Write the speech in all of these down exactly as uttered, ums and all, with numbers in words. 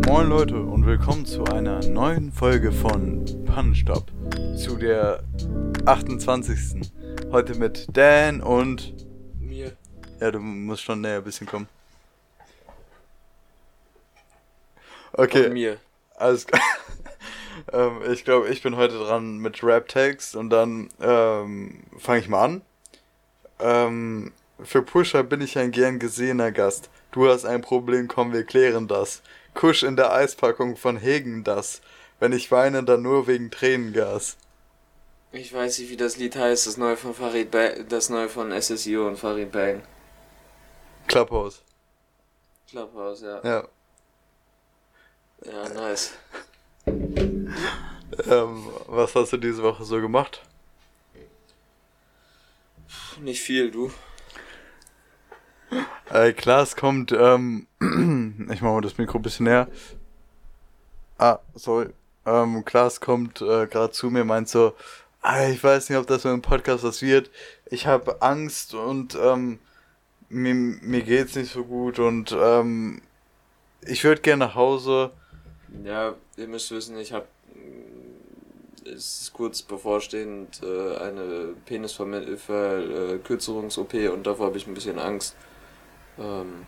Moin Leute und willkommen zu einer neuen Folge von Pannenstopp, zu der achtundzwanzigsten Heute mit Dan und mir. Ja, du musst schon näher ein bisschen kommen. Okay. Und mir. Alles klar. ähm, ich glaube, ich bin heute dran mit Rap-Text und dann ähm, fange ich mal an. Ähm, für Pusher bin ich ein gern gesehener Gast. Du hast ein Problem, komm, wir klären das. Kusch in der Eispackung von Hegen das. Wenn ich weine, dann nur wegen Tränengas. Ich weiß nicht, wie das Lied heißt, das neue von Farid ba- das neue von S S U und Farid Bang. Clubhouse. Clubhouse, ja. Ja. Ja, nice. Ähm, was hast du diese Woche so gemacht? Nicht viel, du. Äh, klar, es kommt, ähm, ich mach mal das Mikro ein bisschen näher. Ah, sorry. Ähm, Klaas kommt äh, gerade zu mir, meint so, ah, ich weiß nicht, ob das so im Podcast was wird. Ich habe Angst und ähm, mir, mir geht's nicht so gut und ähm, ich würde gerne nach Hause. Ja, ihr müsst wissen, ich hab es ist kurz bevorstehend äh, eine Penisverkürzungs-O P und davor habe ich ein bisschen Angst. Ähm,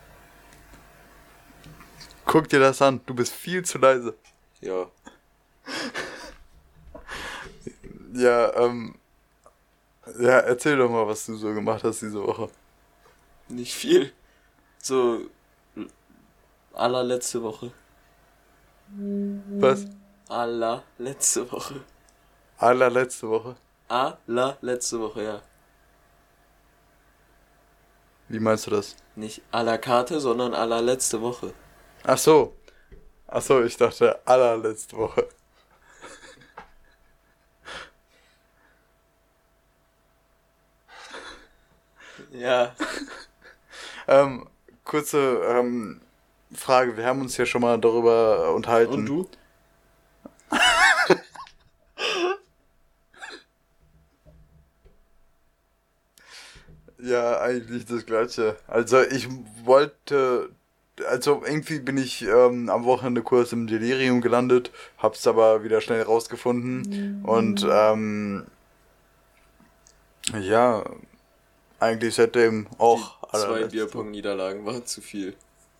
Guck dir das an, du bist viel zu leise. ja. Ja, ähm, ja, erzähl doch mal, was du so gemacht hast diese Woche. Nicht viel. So allerletzte Woche. Was? Allerletzte Woche. Allerletzte Woche? Allerletzte Woche, ja. Wie meinst du das? Nicht à la carte, sondern allerletzte Woche. Ach so. Ach so, ich dachte allerletzte Woche. Ja. ähm, kurze ähm, Frage, wir haben uns ja schon mal darüber unterhalten. Und du? Ja, eigentlich das Gleiche. Also ich wollte, also irgendwie bin ich ähm, am Wochenende kurz im Delirium gelandet, hab's aber wieder schnell rausgefunden und ähm, ja, eigentlich seitdem auch Die zwei allerletzte. Bierpong-Niederlagen waren zu viel.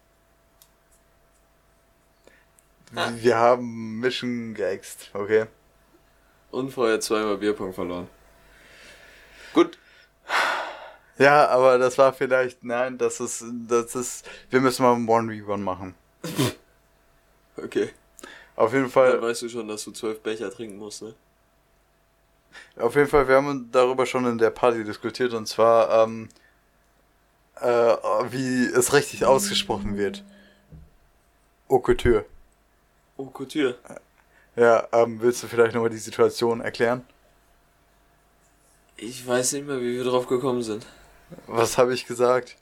Wir haben Mission geäxt, okay? Und vorher zweimal Bierpong verloren. Gut. Ja, aber das war vielleicht, nein, das ist, das ist, wir müssen mal ein one v one machen. Okay. Auf jeden Fall. Dann weißt du schon, dass du zwölf Becher trinken musst, ne? Auf jeden Fall, wir haben darüber schon in der Party diskutiert und zwar, ähm, äh, wie es richtig ausgesprochen wird. Haute Couture. Oh, Couture. Ja, ähm, willst du vielleicht nochmal die Situation erklären? Ich weiß nicht mehr, wie wir drauf gekommen sind. Was habe ich gesagt?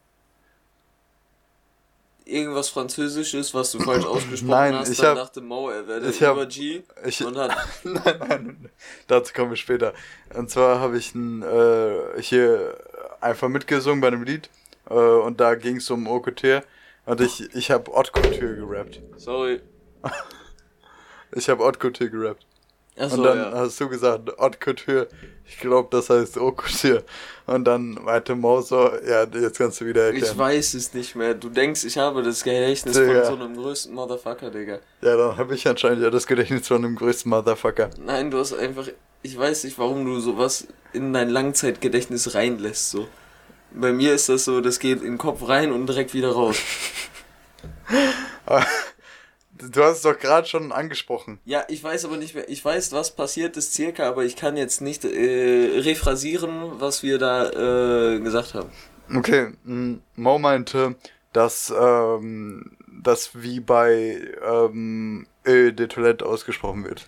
Irgendwas Französisches, was du falsch ausgesprochen Nein, hast, ich dann hab, dachte Mo, er werde ich hab, über G ich, und hat... nein, nein, dazu kommen wir später. Und zwar habe ich ein, äh, hier einfach mitgesungen bei einem Lied äh, und da ging es um Haute Couture und ich, ich habe Haute Couture gerappt. Sorry. Ich habe Haute Couture gerappt. Achso, und dann ja. hast du gesagt, Haute Couture, ich glaube, das heißt Haute Couture. Und dann meinte Mo so, ja, jetzt kannst du wieder erklären. Ich weiß es nicht mehr. Du denkst, ich habe das Gedächtnis Digga. von so einem größten Motherfucker, Digga. Ja, dann habe ich anscheinend ja das Gedächtnis von dem größten Motherfucker. Nein, du hast einfach... Ich weiß nicht, warum du sowas in dein Langzeitgedächtnis reinlässt, so. Bei mir ist das so, das geht in den Kopf rein und direkt wieder raus. Du hast es doch gerade schon angesprochen. Ja, ich weiß aber nicht mehr, ich weiß, was passiert ist circa, aber ich kann jetzt nicht äh, rephrasieren, was wir da äh, gesagt haben. Okay, m- Mo meinte, dass ähm, das wie bei ähm, Eau de Toilette ausgesprochen wird.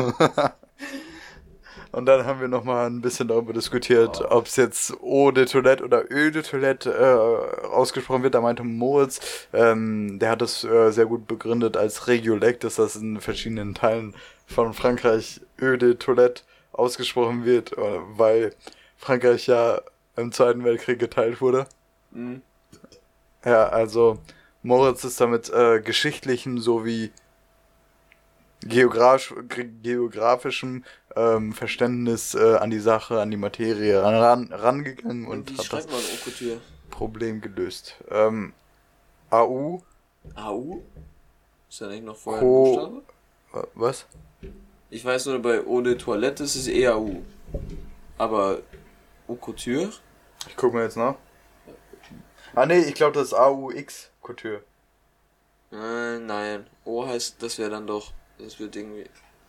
Und dann haben wir nochmal ein bisschen darüber diskutiert, Oh. ob es jetzt Eau de Toilette oder Eau de Toilette äh, ausgesprochen wird. Da meinte Moritz, ähm, der hat das äh, sehr gut begründet als Regiolekt, dass das in verschiedenen Teilen von Frankreich Eau de Toilette ausgesprochen wird, äh, weil Frankreich ja im Zweiten Weltkrieg geteilt wurde. Mhm. Ja, also Moritz ist damit äh, geschichtlichen sowie geografisch, geografischem ähm, Verständnis äh, an die Sache, an die Materie ran, rangegangen und, und wie hat schreibt das man Haute Couture? Problem gelöst. Ähm, A U. A U? Ist ja nicht noch vorher Co- ein Buchstabe? Was? Ich weiß nur, bei Eau de Toilette ist es E A U. Aber Haute Couture? Ich guck mal jetzt nach. Ah nee, ich glaube das ist A U X Couture. Nein, nein. O heißt, das wäre dann doch. Das wird irgendwie.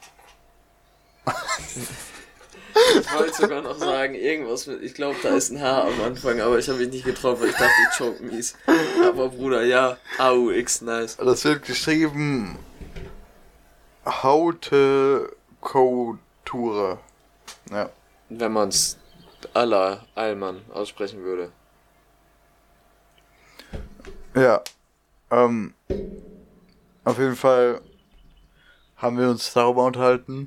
Ich wollte sogar noch sagen, irgendwas mit. Ich glaube, da ist ein H am Anfang, aber ich habe mich nicht getraut, weil ich dachte, ich choke mies. Aber Bruder, ja, A U X, nice. Das wird geschrieben Haute Couture. Ja. Wenn man es à la Allmann aussprechen würde. Ja. Ähm. Auf jeden Fall haben wir uns darüber unterhalten.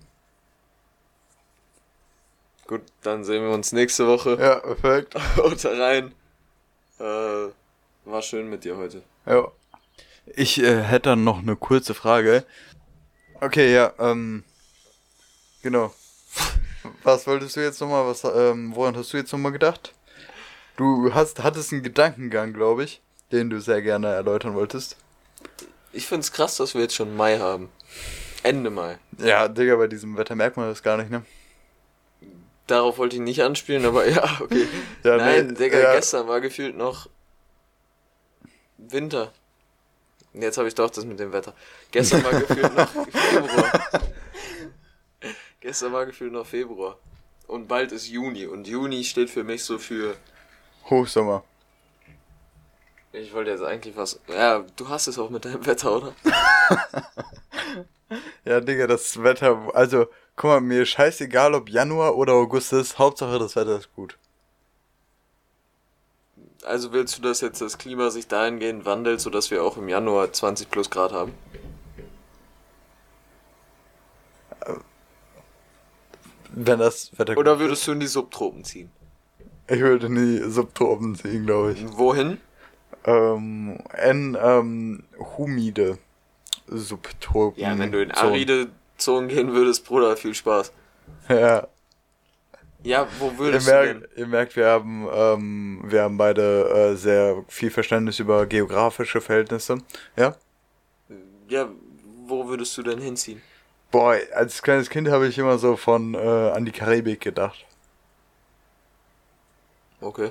Gut, dann sehen wir uns nächste Woche. Ja, perfekt. Haut rein. Äh, war schön mit dir heute. Ja. Ich äh, hätte dann noch eine kurze Frage. Okay, ja, ähm. Genau. Was wolltest du jetzt nochmal, was, ähm, woran hast du jetzt nochmal gedacht? Du hast, hattest einen Gedankengang, glaube ich, den du sehr gerne erläutern wolltest. Ich find's krass, dass wir jetzt schon Mai haben. Ende Mai. Ja, Digga, bei diesem Wetter merkt man das gar nicht, ne? Darauf wollte ich nicht anspielen, aber ja, okay. Ja, Nein, nee, Digga, ja. gestern war gefühlt noch Winter. Jetzt habe ich doch das mit dem Wetter. Gestern war gefühlt noch Februar. Gestern war gefühlt noch Februar. Und bald ist Juni. Und Juni steht für mich so für... Hochsommer. Ich wollte jetzt eigentlich was... Ja, du hast es auch mit deinem Wetter, oder? Ja, Digga, das Wetter, also, guck mal, mir ist scheißegal, ob Januar oder August ist, Hauptsache das Wetter ist gut. Also willst du, dass jetzt das Klima sich dahingehend wandelt, sodass wir auch im Januar zwanzig plus Grad haben? Wenn das Wetter Oder gut würdest du in die Subtropen ziehen? ist. Ich würde in die Subtropen ziehen, glaube ich. Wohin? Ähm, in, ähm, humide Subtropen. Ja, wenn du in Zonen. aride Zonen gehen würdest, Bruder, viel Spaß. Ja. Ja, wo Ihr würdest du denn? merkt, ihr merkt, wir haben, ähm, wir haben beide äh, sehr viel Verständnis über geografische Verhältnisse. Ja? Ja, wo würdest du denn hinziehen? Boah, als kleines Kind habe ich immer so von äh, an die Karibik gedacht. Okay.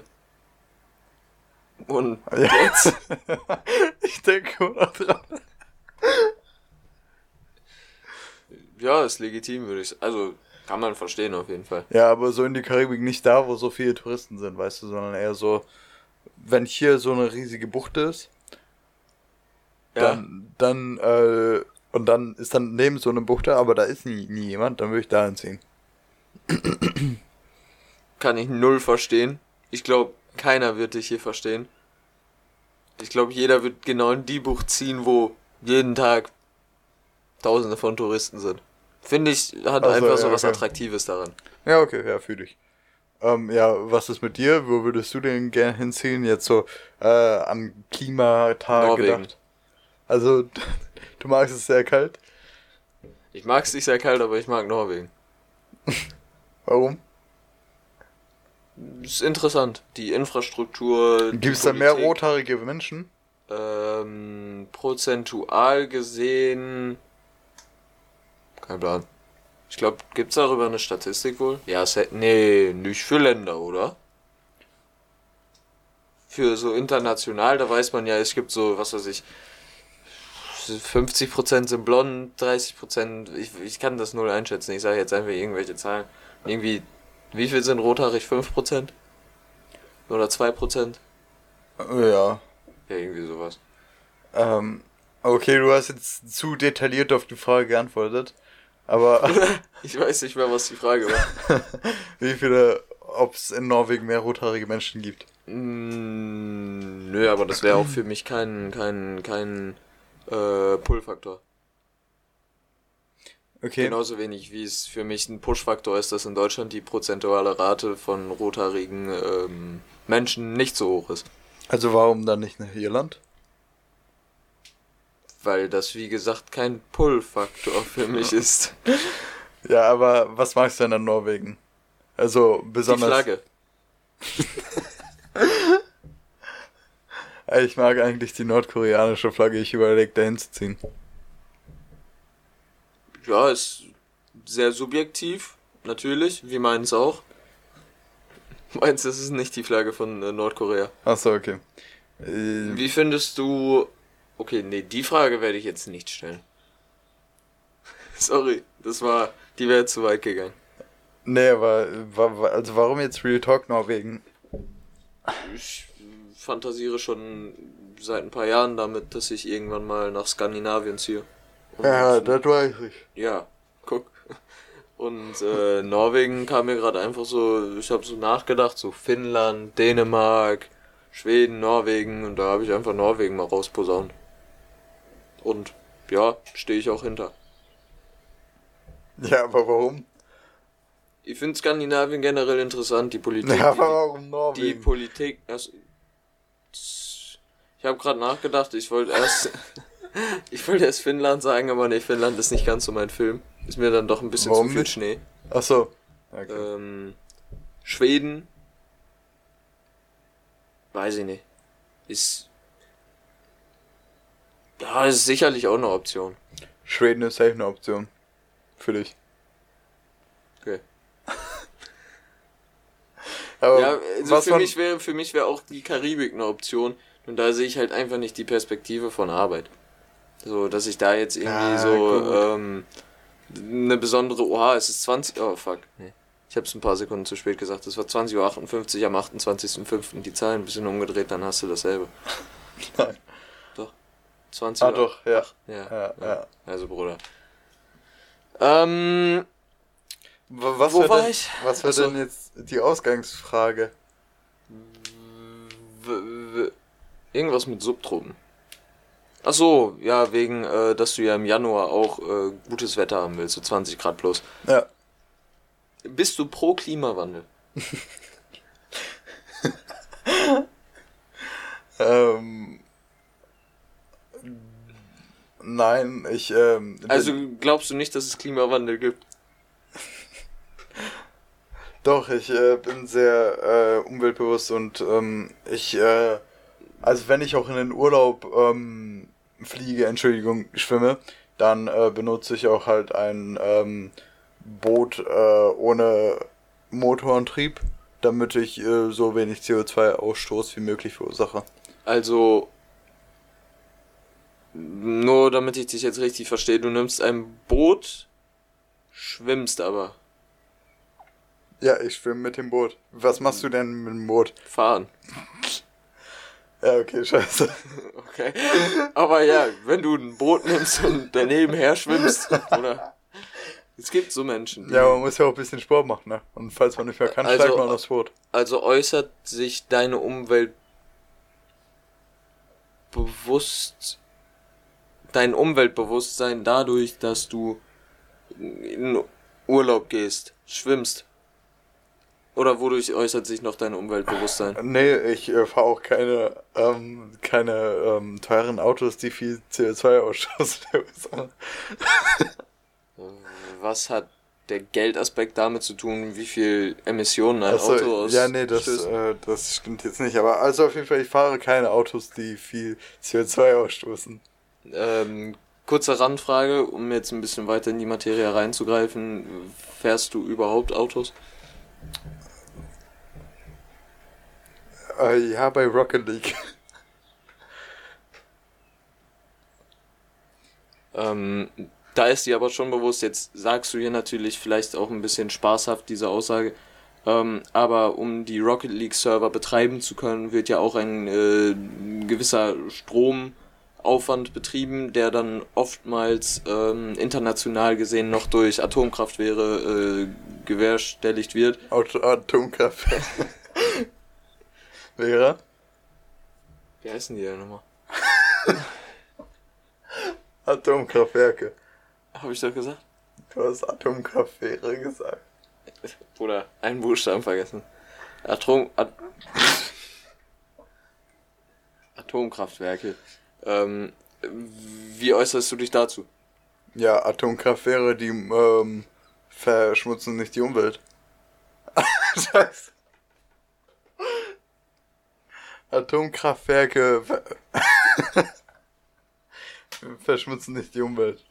Und Ja. jetzt? Ich denke immer noch dran. Ja, ist legitim, würde ich sagen. Also, kann man verstehen auf jeden Fall. Ja, aber so in die Karibik nicht da, wo so viele Touristen sind, weißt du, sondern eher so, wenn hier so eine riesige Bucht ist, Ja, dann, dann, äh, und dann ist dann neben so eine Bucht da, aber da ist nie, nie jemand, dann würde ich da hinziehen. kann ich null verstehen. Ich glaube, keiner wird dich hier verstehen. Ich glaube, jeder wird genau in die Bucht ziehen, wo jeden Tag Tausende von Touristen sind. Finde ich, hat Also, einfach so ja, was okay. Attraktives daran. Ja, okay, ja, fühl dich. Ähm, ja, was ist mit dir? Wo würdest du denn gerne hinziehen? Jetzt so, äh, an Klimatag Norwegen. gedacht. Also, du magst es sehr kalt. Ich mag es nicht sehr kalt, aber ich mag Norwegen. Warum? Ist interessant. Die Infrastruktur. die Gibt es da mehr Politik. rothaarige Menschen? Ähm, prozentual gesehen. Kein Plan. Ich glaube, gibt's darüber eine Statistik wohl? Ja, es hätte. Nee, nicht für Länder, oder? Für so international, da weiß man ja, es gibt so, was weiß ich, fünfzig Prozent sind blond, dreißig Prozent, ich, ich kann das null einschätzen, ich sage jetzt einfach irgendwelche Zahlen. Irgendwie, wie viel sind rothaarig? fünf Prozent? Oder zwei Prozent? Ja. Ja, irgendwie sowas. Ähm, okay, du hast jetzt zu detailliert auf die Frage geantwortet. Aber Ich weiß nicht mehr, was die Frage war. wie viele, ob es in Norwegen mehr rothaarige Menschen gibt? Mm, nö, aber das wäre auch für mich kein, kein, kein äh, Pull-Faktor. Okay. Genauso wenig wie es für mich ein Push-Faktor ist, dass in Deutschland die prozentuale Rate von rothaarigen ähm, Menschen nicht so hoch ist. Also warum dann nicht nach Irland? weil das, wie gesagt, kein Pull-Faktor für mich ist. Ja, aber was magst du denn an Norwegen? Also besonders... Die Flagge. Ich mag eigentlich die nordkoreanische Flagge, ich überlege dahin zu ziehen. Ja, ist sehr subjektiv, natürlich, wie meins auch. Meins ist es nicht die Flagge von äh, Nordkorea. Achso, okay. Äh, Wie findest du... Okay, nee, die Frage werde ich jetzt nicht stellen. Sorry, das war... Die wäre zu weit gegangen. Nee, aber wa- wa- also warum jetzt Real Talk Norwegen? Ich fantasiere schon seit ein paar Jahren damit, dass ich irgendwann mal nach Skandinavien ziehe. Und Ja, das weiß ich. Ja, guck. Und äh, Norwegen kam mir gerade einfach so, ich habe so nachgedacht, so Finnland, Dänemark, Schweden, Norwegen, und da habe ich einfach Norwegen mal rausposaunt. Und ja, stehe ich auch hinter. Ja, aber warum? Ich finde Skandinavien generell interessant, die Politik. Ja, aber die, warum die Norwegen? Politik. Also, ich habe gerade nachgedacht, ich wollte erst. Ich wollte erst Finnland sagen, aber nee, Finnland ist nicht ganz so mein Film. Ist mir dann doch ein bisschen Warum zu viel nicht? Schnee. Achso. Okay. Ähm, Schweden. Weiß ich nicht. Ist. Ja, ist sicherlich auch eine Option. Schweden ist safe eine Option. Für dich. Okay. Aber Ja, also was für man, mich wäre für mich wäre auch die Karibik eine Option. Und da sehe ich halt einfach nicht die Perspektive von Arbeit. So, dass ich da jetzt irgendwie Ja, so gut. ähm, eine besondere, oha, es ist zwanzig, oh fuck, nee. Ich habe es ein paar Sekunden zu spät gesagt, es war zwanzig Uhr achtundfünfzig am achtundzwanzigsten fünften Die Zahlen ein bisschen umgedreht, dann hast du dasselbe. Nein. Doch. zwanzig Ah Uhr. doch, ja. Ja, Ja, ja. Also Bruder. Ähm, W- Was Wo wär war denn, ich? Was wäre Achso. denn jetzt die Ausgangsfrage? w- w- irgendwas mit Subtropen. Ach so, ja, wegen, äh, dass du ja im Januar auch äh, gutes Wetter haben willst, so zwanzig Grad plus. Ja. Bist du pro Klimawandel? Ähm. Nein, ich, ähm. Also glaubst du nicht, dass es Klimawandel gibt? Doch, ich äh, bin sehr äh, umweltbewusst und ähm, ich, äh, also wenn ich auch in den Urlaub ähm, fliege, Entschuldigung, schwimme, dann äh, benutze ich auch halt ein ähm, Boot äh, ohne Motorantrieb, damit ich äh, so wenig C O zwei Ausstoß wie möglich verursache. Also, nur damit ich dich jetzt richtig verstehe, du nimmst ein Boot, schwimmst aber. Ja, ich schwimme mit dem Boot. Was machst du denn mit dem Boot? Fahren. Ja, okay, scheiße. Okay. Aber ja, wenn du ein Boot nimmst und daneben her schwimmst, oder? Es gibt so Menschen. die- Ja, man muss ja auch ein bisschen Sport machen, ne? Und falls man nicht mehr kann, Also- steigt man aufs Boot. Also äußert sich deine Umwelt bewusst, dein Umweltbewusstsein dadurch, dass du in Urlaub gehst, schwimmst? Oder wodurch äußert sich noch dein Umweltbewusstsein? Nee, ich äh, fahre auch keine, ähm, keine ähm, teuren Autos, die viel C O zwei ausstoßen. Was hat der Geldaspekt damit zu tun, wie viel Emissionen ein Achso, Auto aus ja, nee, das, stößt? äh, das stimmt jetzt nicht. Aber also auf jeden Fall, ich fahre keine Autos, die viel C O zwei ausstoßen. Ähm, kurze Randfrage, um jetzt ein bisschen weiter in die Materie reinzugreifen. Fährst du überhaupt Autos? Äh, ja, bei Rocket League. Ähm, da ist dir aber schon bewusst, jetzt sagst du hier natürlich vielleicht auch ein bisschen spaßhaft diese Aussage, ähm, aber um die Rocket League Server betreiben zu können, wird ja auch ein äh, gewisser Stromaufwand betrieben, der dann oftmals ähm, international gesehen noch durch Atomkraftwerke äh, gewährstelligt wird. Auto Atomkraftwerk. Vera? Wie heißen die denn nochmal? Atomkraftwerke. Habe ich doch gesagt? Du hast Atomkraftwerke gesagt. Oder einen Buchstaben vergessen. Atom... At Atomkraftwerke. Ähm, Wie äußerst du dich dazu? Ja, Atomkraftwerke, die ähm, verschmutzen nicht die Umwelt. Scheiße. Atomkraftwerke ver verschmutzen nicht die Umwelt.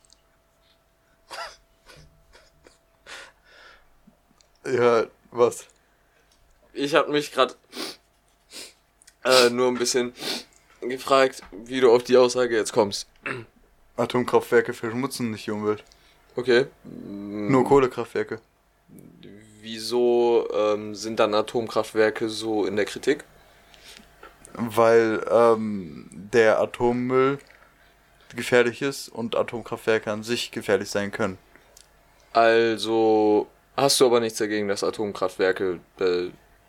Ja, was? Ich habe mich gerade äh, nur ein bisschen gefragt, wie du auf die Aussage jetzt kommst. Atomkraftwerke verschmutzen nicht die Umwelt. Okay. Nur Kohlekraftwerke. Wieso ähm, sind dann Atomkraftwerke so in der Kritik? Weil ähm, der Atommüll gefährlich ist und Atomkraftwerke an sich gefährlich sein können. Also hast du aber nichts dagegen, dass Atomkraftwerke äh,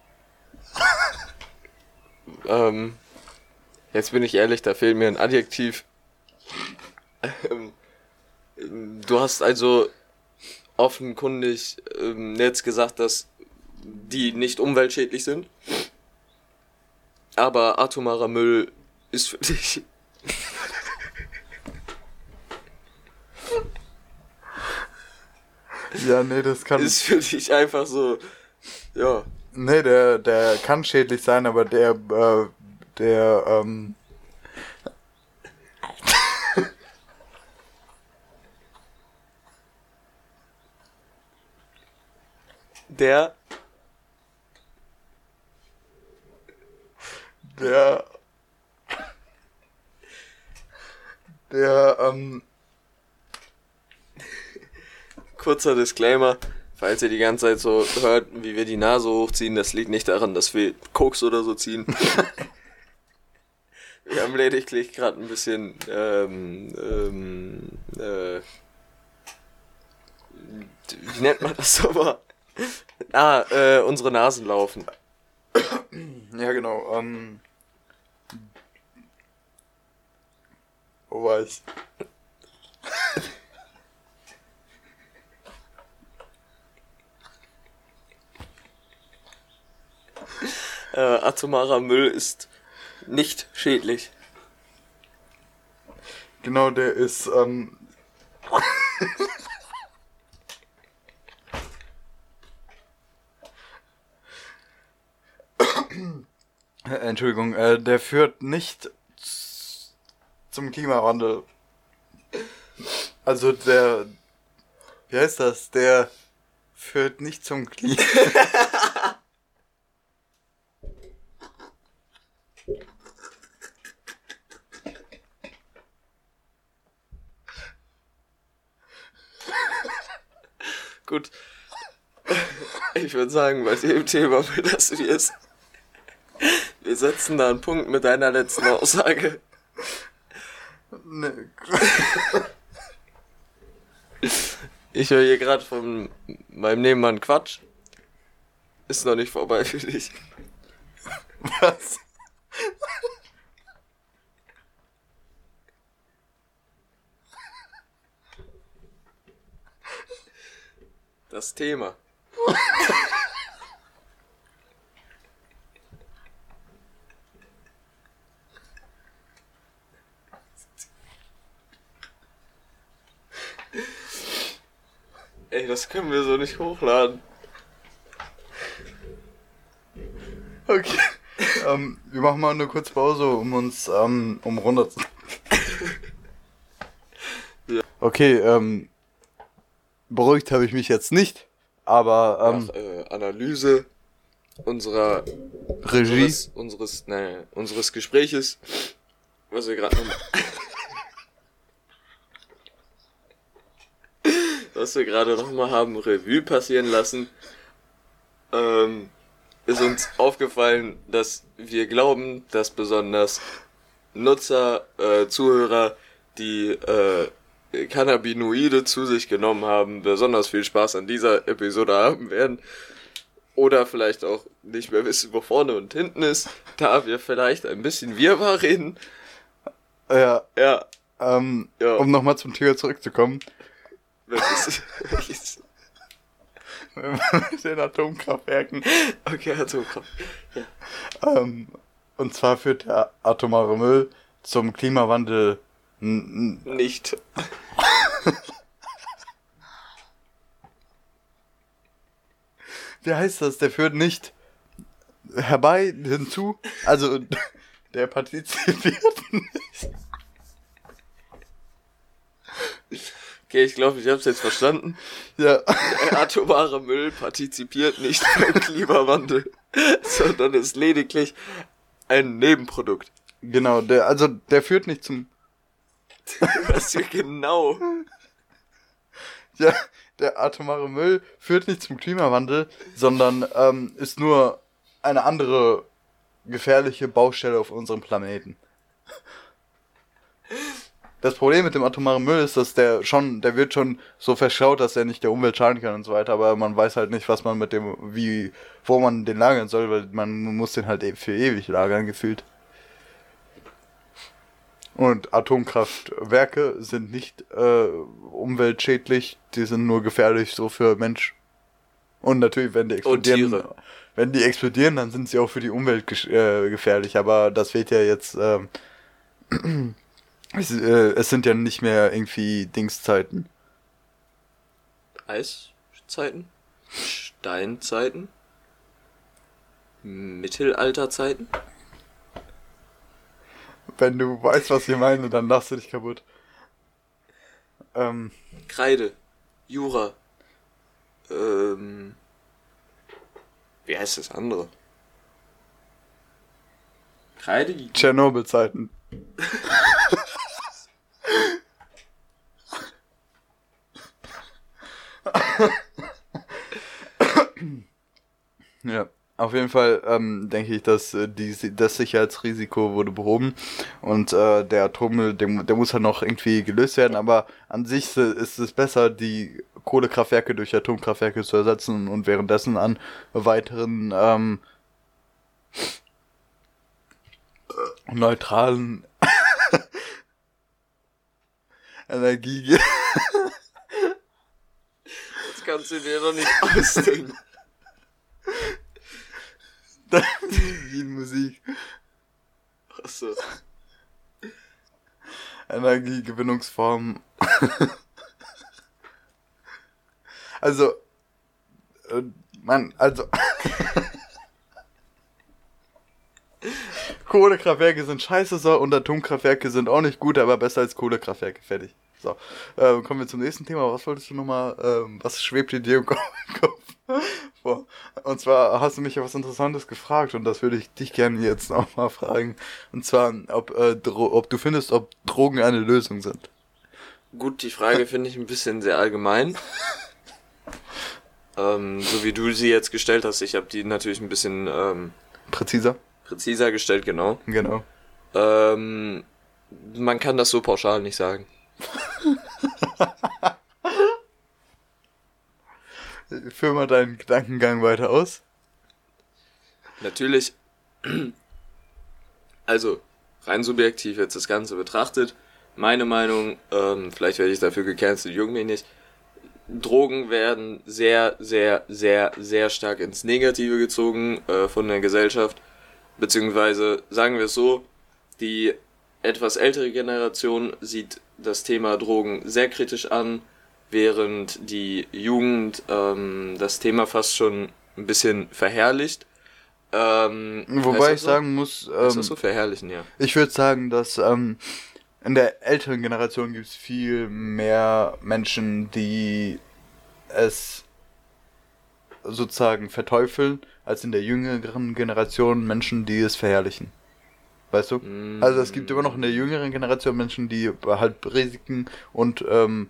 ähm, jetzt bin ich ehrlich, da fehlt mir ein Adjektiv. Ähm, du hast also offenkundig ähm, jetzt gesagt, dass die nicht umweltschädlich sind, aber atomarer Müll ist für dich Ja, nee, das kann... ist für dich einfach so, ja. Nee, der, der kann schädlich sein, aber der, äh, der, ähm... Der Der, der, ähm... kurzer Disclaimer, falls ihr die ganze Zeit so hört, wie wir die Nase hochziehen, das liegt nicht daran, dass wir Koks oder so ziehen. Wir haben lediglich gerade ein bisschen, ähm, ähm, äh, wie nennt man das nochmal? Ah, äh, unsere Nasen laufen. Ja, genau, ähm... Wo war ich? Äh, atomarer Müll ist nicht schädlich. Genau, der ist, ähm... Entschuldigung, äh, der führt nicht z- zum Klimawandel. Also der, wie heißt das? Der führt nicht zum Klima. Gut. Ich würde sagen, bei dem Thema, für das du jetzt... Wir setzen da einen Punkt mit deiner letzten Aussage. Nee. Ich höre hier gerade von meinem Nebenmann Quatsch. Ist noch nicht vorbei für dich. Was? Das Thema. Ey, das können wir so nicht hochladen. Okay. ähm, wir machen mal eine kurze Pause, um uns ähm, um runter zu... Ja. Okay, ähm... beruhigt habe ich mich jetzt nicht, aber ähm, Nach äh, Analyse unserer Regie, unseres, unseres, nein, unseres Gespräches, was wir gerade nochmal was wir gerade nochmal haben Revue passieren lassen, ähm, ist uns aufgefallen, dass wir glauben, dass besonders Nutzer, äh, Zuhörer, die äh, Cannabinoide zu sich genommen haben, besonders viel Spaß an dieser Episode haben werden. Oder vielleicht auch nicht mehr wissen, wo vorne und hinten ist, da wir vielleicht ein bisschen Wirrwarr reden. ja, Ja, ähm, Ja. um nochmal zum Thema zurückzukommen, welches, welches, mit den Atomkraftwerken, okay, Atomkraft. ähm, und zwar führt der atomare Müll zum Klimawandel N- n- Nicht. Wie heißt das? Der führt nicht herbei hinzu. Also, der partizipiert nicht. Okay, ich glaube, ich habe es jetzt verstanden. Ja. Der atomare Müll partizipiert nicht beim Klimawandel, sondern ist lediglich ein Nebenprodukt. Genau, der, also der führt nicht zum... Was hier genau? Ja, der atomare Müll führt nicht zum Klimawandel, sondern ähm, ist nur eine andere gefährliche Baustelle auf unserem Planeten. Das Problem mit dem atomaren Müll ist, dass der schon, der wird schon so verschaut, dass er nicht der Umwelt schaden kann und so weiter, aber man weiß halt nicht, was man mit dem, wie, wo man den lagern soll, weil man muss den halt für ewig lagern, gefühlt. Und Atomkraftwerke sind nicht äh, umweltschädlich, die sind nur gefährlich so für Mensch. Und natürlich, wenn die explodieren, wenn die explodieren, dann sind sie auch für die Umwelt gesch- äh, gefährlich, aber das wird ja jetzt, ähm, es, äh, es sind ja nicht mehr irgendwie Dingszeiten. Eiszeiten? Steinzeiten? Mittelalterzeiten? Wenn du weißt, was ich meine, dann lachst du dich kaputt. Ähm, Kreide. Jura. Ähm. Wie heißt das andere? Kreide? Tschernobyl-Zeiten. Ja, auf jeden Fall ähm, denke ich, dass äh, die, das Sicherheitsrisiko wurde behoben und äh, der Atommüll, der, der muss halt noch irgendwie gelöst werden, aber an sich äh, ist es besser, die Kohlekraftwerke durch Atomkraftwerke zu ersetzen und währenddessen an weiteren ähm, neutralen Energie... Das kannst du dir doch nicht ausdenken. Wie Musik. Achso. Energiegewinnungsformen. Also, äh, man, also. Kohlekraftwerke sind scheiße so und Atomkraftwerke sind auch nicht gut, aber besser als Kohlekraftwerke. Fertig. So, äh, kommen wir zum nächsten Thema. Was wolltest du nochmal, ähm, was schwebt dir im Kopf vor? Und zwar hast du mich ja was Interessantes gefragt und das würde ich dich gerne jetzt auch mal fragen. Und zwar, ob, äh, Dro- ob du findest, ob Drogen eine Lösung sind. Gut, die Frage finde ich ein bisschen sehr allgemein. ähm, so wie du sie jetzt gestellt hast. Ich habe die natürlich ein bisschen ähm, Präziser? präziser gestellt, genau. Genau. Ähm, man kann das so pauschal nicht sagen. Führ mal deinen Gedankengang weiter aus. Natürlich, also rein subjektiv jetzt das Ganze betrachtet, meine Meinung, ähm, vielleicht werde ich dafür gecancelt, juckt mich nicht, Drogen werden sehr, sehr, sehr, sehr stark ins Negative gezogen äh, von der Gesellschaft, beziehungsweise sagen wir es so, die etwas ältere Generation sieht das Thema Drogen sehr kritisch an, während die Jugend ähm, das Thema fast schon ein bisschen verherrlicht. Ähm, Wobei ich so? sagen muss, ähm, ist das so verherrlichen, ja. Ich würde sagen, dass ähm, in der älteren Generation gibt es viel mehr Menschen, die es sozusagen verteufeln, als in der jüngeren Generation Menschen, die es verherrlichen. Weißt du? Mm. Also es gibt immer noch in der jüngeren Generation Menschen, die halt Risiken und ähm,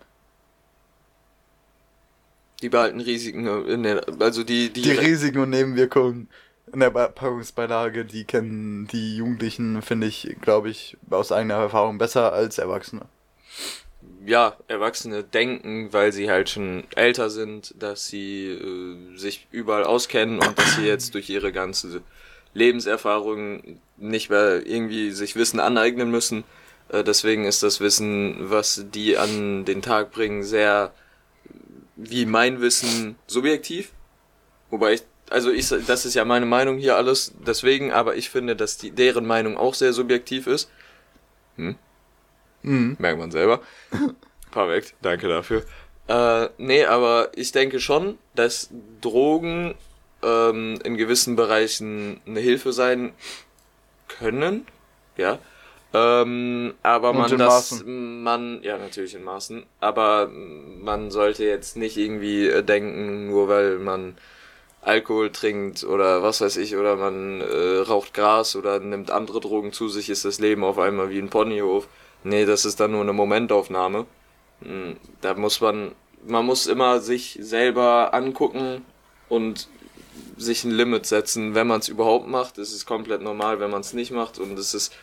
die behalten Risiken in der, also die, die... Die Risiken und Nebenwirkungen in der Packungsbeilage, die kennen die Jugendlichen, finde ich, glaube ich, aus eigener Erfahrung besser als Erwachsene. Ja, Erwachsene denken, weil sie halt schon älter sind, dass sie äh, sich überall auskennen und dass sie jetzt durch ihre ganze Lebenserfahrung nicht mehr irgendwie sich Wissen aneignen müssen. Äh, deswegen ist das Wissen, was die an den Tag bringen, sehr... wie mein Wissen subjektiv, wobei ich, also ich, das ist ja meine Meinung hier alles, deswegen, aber ich finde, dass die, deren Meinung auch sehr subjektiv ist. Hm? Mhm. Merkt man selber. Perfekt, danke dafür. Äh, nee, aber ich denke schon, dass Drogen ähm, in gewissen Bereichen eine Hilfe sein können, ja. Ähm, aber Und man in das, Maßen. man, ja natürlich in Maßen, aber man sollte jetzt nicht irgendwie äh, denken, nur weil man Alkohol trinkt oder was weiß ich, oder man äh, raucht Gras oder nimmt andere Drogen zu sich, ist das Leben auf einmal wie ein Ponyhof. Nee, das ist dann nur eine Momentaufnahme. Hm, Da muss man, man muss immer sich selber angucken und sich ein Limit setzen, wenn man es überhaupt macht. Es ist komplett normal, wenn man es nicht macht, und es ist,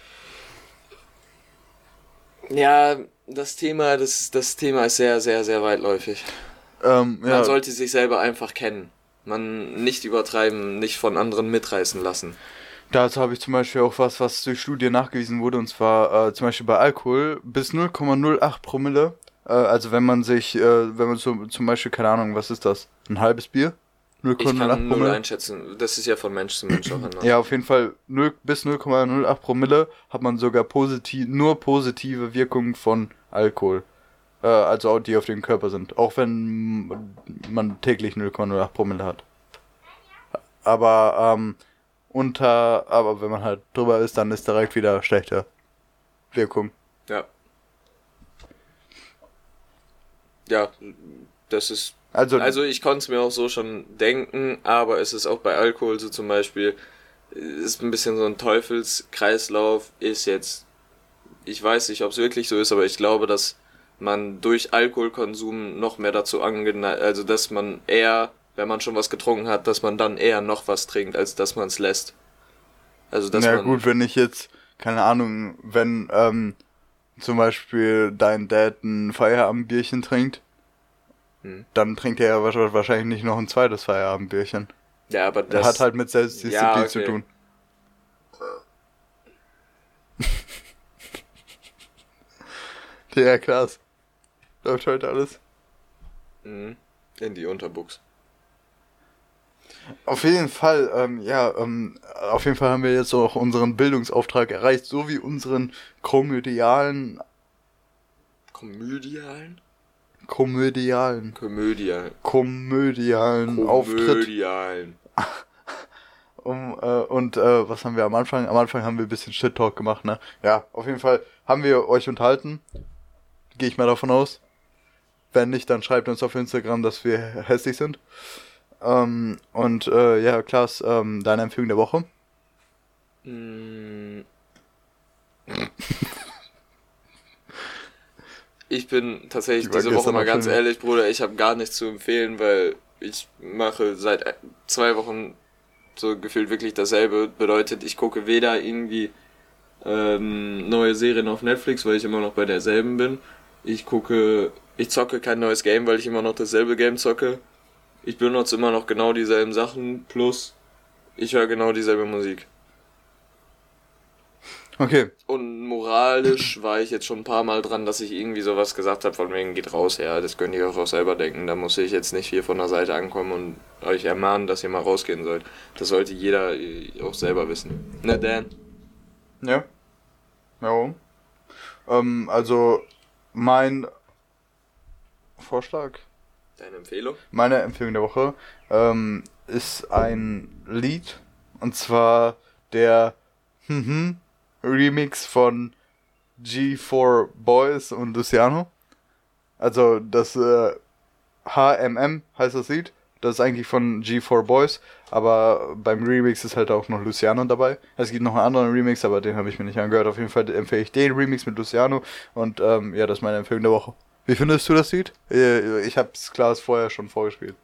ja, das Thema, das, das Thema ist sehr, sehr, sehr weitläufig. Ähm, ja. Man sollte sich selber einfach kennen. Man nicht übertreiben, nicht von anderen mitreißen lassen. Dazu habe ich zum Beispiel auch was, was durch Studien nachgewiesen wurde, und zwar äh, zum Beispiel bei Alkohol bis null Komma null acht Promille. Äh, also wenn man sich, äh, wenn man so zum Beispiel, keine Ahnung, was ist das? Ein halbes Bier? null Ich Komma null acht kann null Promille? einschätzen. Das ist ja von Mensch zu Mensch auch anders. Ja, auf jeden Fall null, bis null Komma null acht Promille hat man sogar positiv, nur positive Wirkungen von Alkohol. Äh, also auch die auf den Körper sind. Auch wenn man täglich null Komma null acht Promille hat. Aber ähm, unter, aber wenn man halt drüber ist, dann ist direkt wieder schlechte Wirkung. Ja. Ja, das ist. Also, Also ich konnte es mir auch so schon denken, aber es ist auch bei Alkohol so zum Beispiel, ist ein bisschen so ein Teufelskreislauf, ist jetzt, ich weiß nicht, ob es wirklich so ist, aber ich glaube, dass man durch Alkoholkonsum noch mehr dazu angeneigt, also dass man eher, wenn man schon was getrunken hat, dass man dann eher noch was trinkt, als dass man es lässt. Also dass na man, gut, wenn ich jetzt, keine Ahnung, wenn ähm, zum Beispiel dein Dad ein Feierabendbierchen trinkt, Hm. dann trinkt er ja wahrscheinlich nicht noch ein zweites Feierabendbierchen. ja, aber Das das hat halt mit Selbstdisziplin ja, okay. zu tun. Ja, krass. Läuft heute alles. Mhm. In die Unterbuchs. Auf jeden Fall, ähm, ja, ähm, auf jeden Fall haben wir jetzt auch unseren Bildungsauftrag erreicht, sowie unseren komödialen, Komödialen? komödialen, Komödialen. komödialen Auftritt. Komödialen. Um, äh, und äh, was haben wir am Anfang? Am Anfang haben wir ein bisschen Shit-Talk gemacht, ne? Ja, auf jeden Fall haben wir euch unterhalten. Gehe ich mal davon aus. Wenn nicht, dann schreibt uns auf Instagram, dass wir hässlich sind. Ähm, und äh, ja, Klaas, ähm, deine Empfehlung der Woche? Mm. Ich bin tatsächlich Die war diese Woche gestern mal noch ganz schön. ehrlich, Bruder, ich habe gar nichts zu empfehlen, weil ich mache seit äh, zwei Wochen so gefühlt wirklich dasselbe. Bedeutet, ich gucke weder irgendwie ähm, neue Serien auf Netflix, weil ich immer noch bei derselben bin. Ich gucke, ich zocke kein neues Game, weil ich immer noch dasselbe Game zocke. Ich benutze immer noch genau dieselben Sachen, plus ich höre genau dieselbe Musik. Okay. Und moralisch war ich jetzt schon ein paar Mal dran, dass ich irgendwie sowas gesagt habe, von wegen geht raus, ja, das könnt ihr euch auch selber denken. Da muss ich jetzt nicht hier von der Seite ankommen und euch ermahnen, dass ihr mal rausgehen sollt. Das sollte jeder auch selber wissen. Ne, Dan? Ja. Ja. Ähm, also, mein Vorschlag, Deine Empfehlung? meine Empfehlung der Woche, ähm, ist ein Lied. Und zwar der mhm, Remix von G vier Boys und Luciano. Also das äh, H M M heißt das Lied. Das ist eigentlich von G vier Boys, aber beim Remix ist halt auch noch Luciano dabei. Es gibt noch einen anderen Remix, aber den habe ich mir nicht angehört. Auf jeden Fall empfehle ich den Remix mit Luciano und ähm, ja, das ist meine Empfehlung der Woche. Wie findest du das Lied? Ich habe es Klaas vorher schon vorgespielt.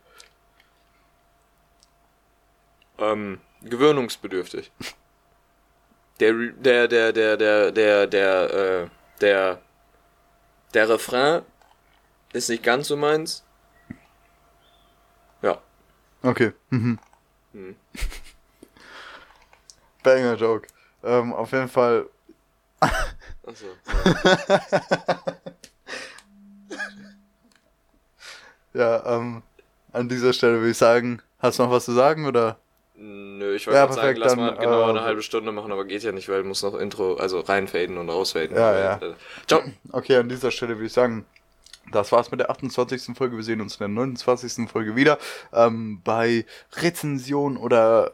Ähm, gewöhnungsbedürftig. Der, Re- der, der, der, der, der, der, äh, der, der Refrain ist nicht ganz so meins. Ja. Okay. Mhm. Hm. Banger Joke. Ähm, auf jeden Fall. Achso. Ja, ähm, an dieser Stelle würde ich sagen, hast du noch was zu sagen oder? Mm, Nö, ich wollte Ja, gerade sagen, perfekt, lass dann, mal genau äh, eine halbe Stunde machen, aber geht ja nicht, weil muss noch Intro, also reinfaden und rausfaden. Ja, ja. Äh, Ciao. Okay, an dieser Stelle würde ich sagen, das war's mit der achtundzwanzigsten Folge. Wir sehen uns in der neunundzwanzigsten Folge wieder. Ähm, bei Rezension oder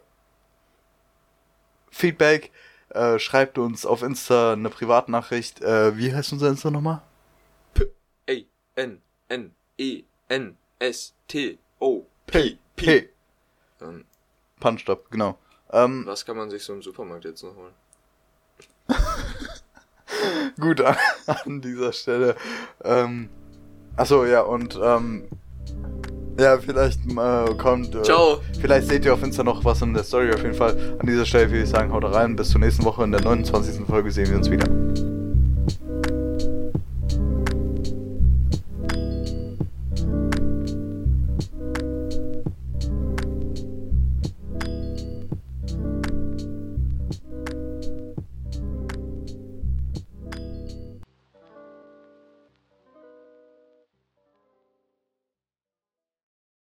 Feedback äh, schreibt uns auf Insta eine Privatnachricht. Äh, wie heißt unser Insta nochmal? A N N E N S T O P. P. Ähm, Punchstop, genau. Ähm, was kann man sich so im Supermarkt jetzt noch holen? gut, an, an dieser Stelle. Ähm, achso, ja, und ähm, ja, vielleicht äh, kommt... Äh, Ciao. Vielleicht seht ihr auf Insta noch was in der Story. Auf jeden Fall an dieser Stelle würde ich sagen, haut rein. Bis zur nächsten Woche in der neunundzwanzigsten Folge sehen wir uns wieder.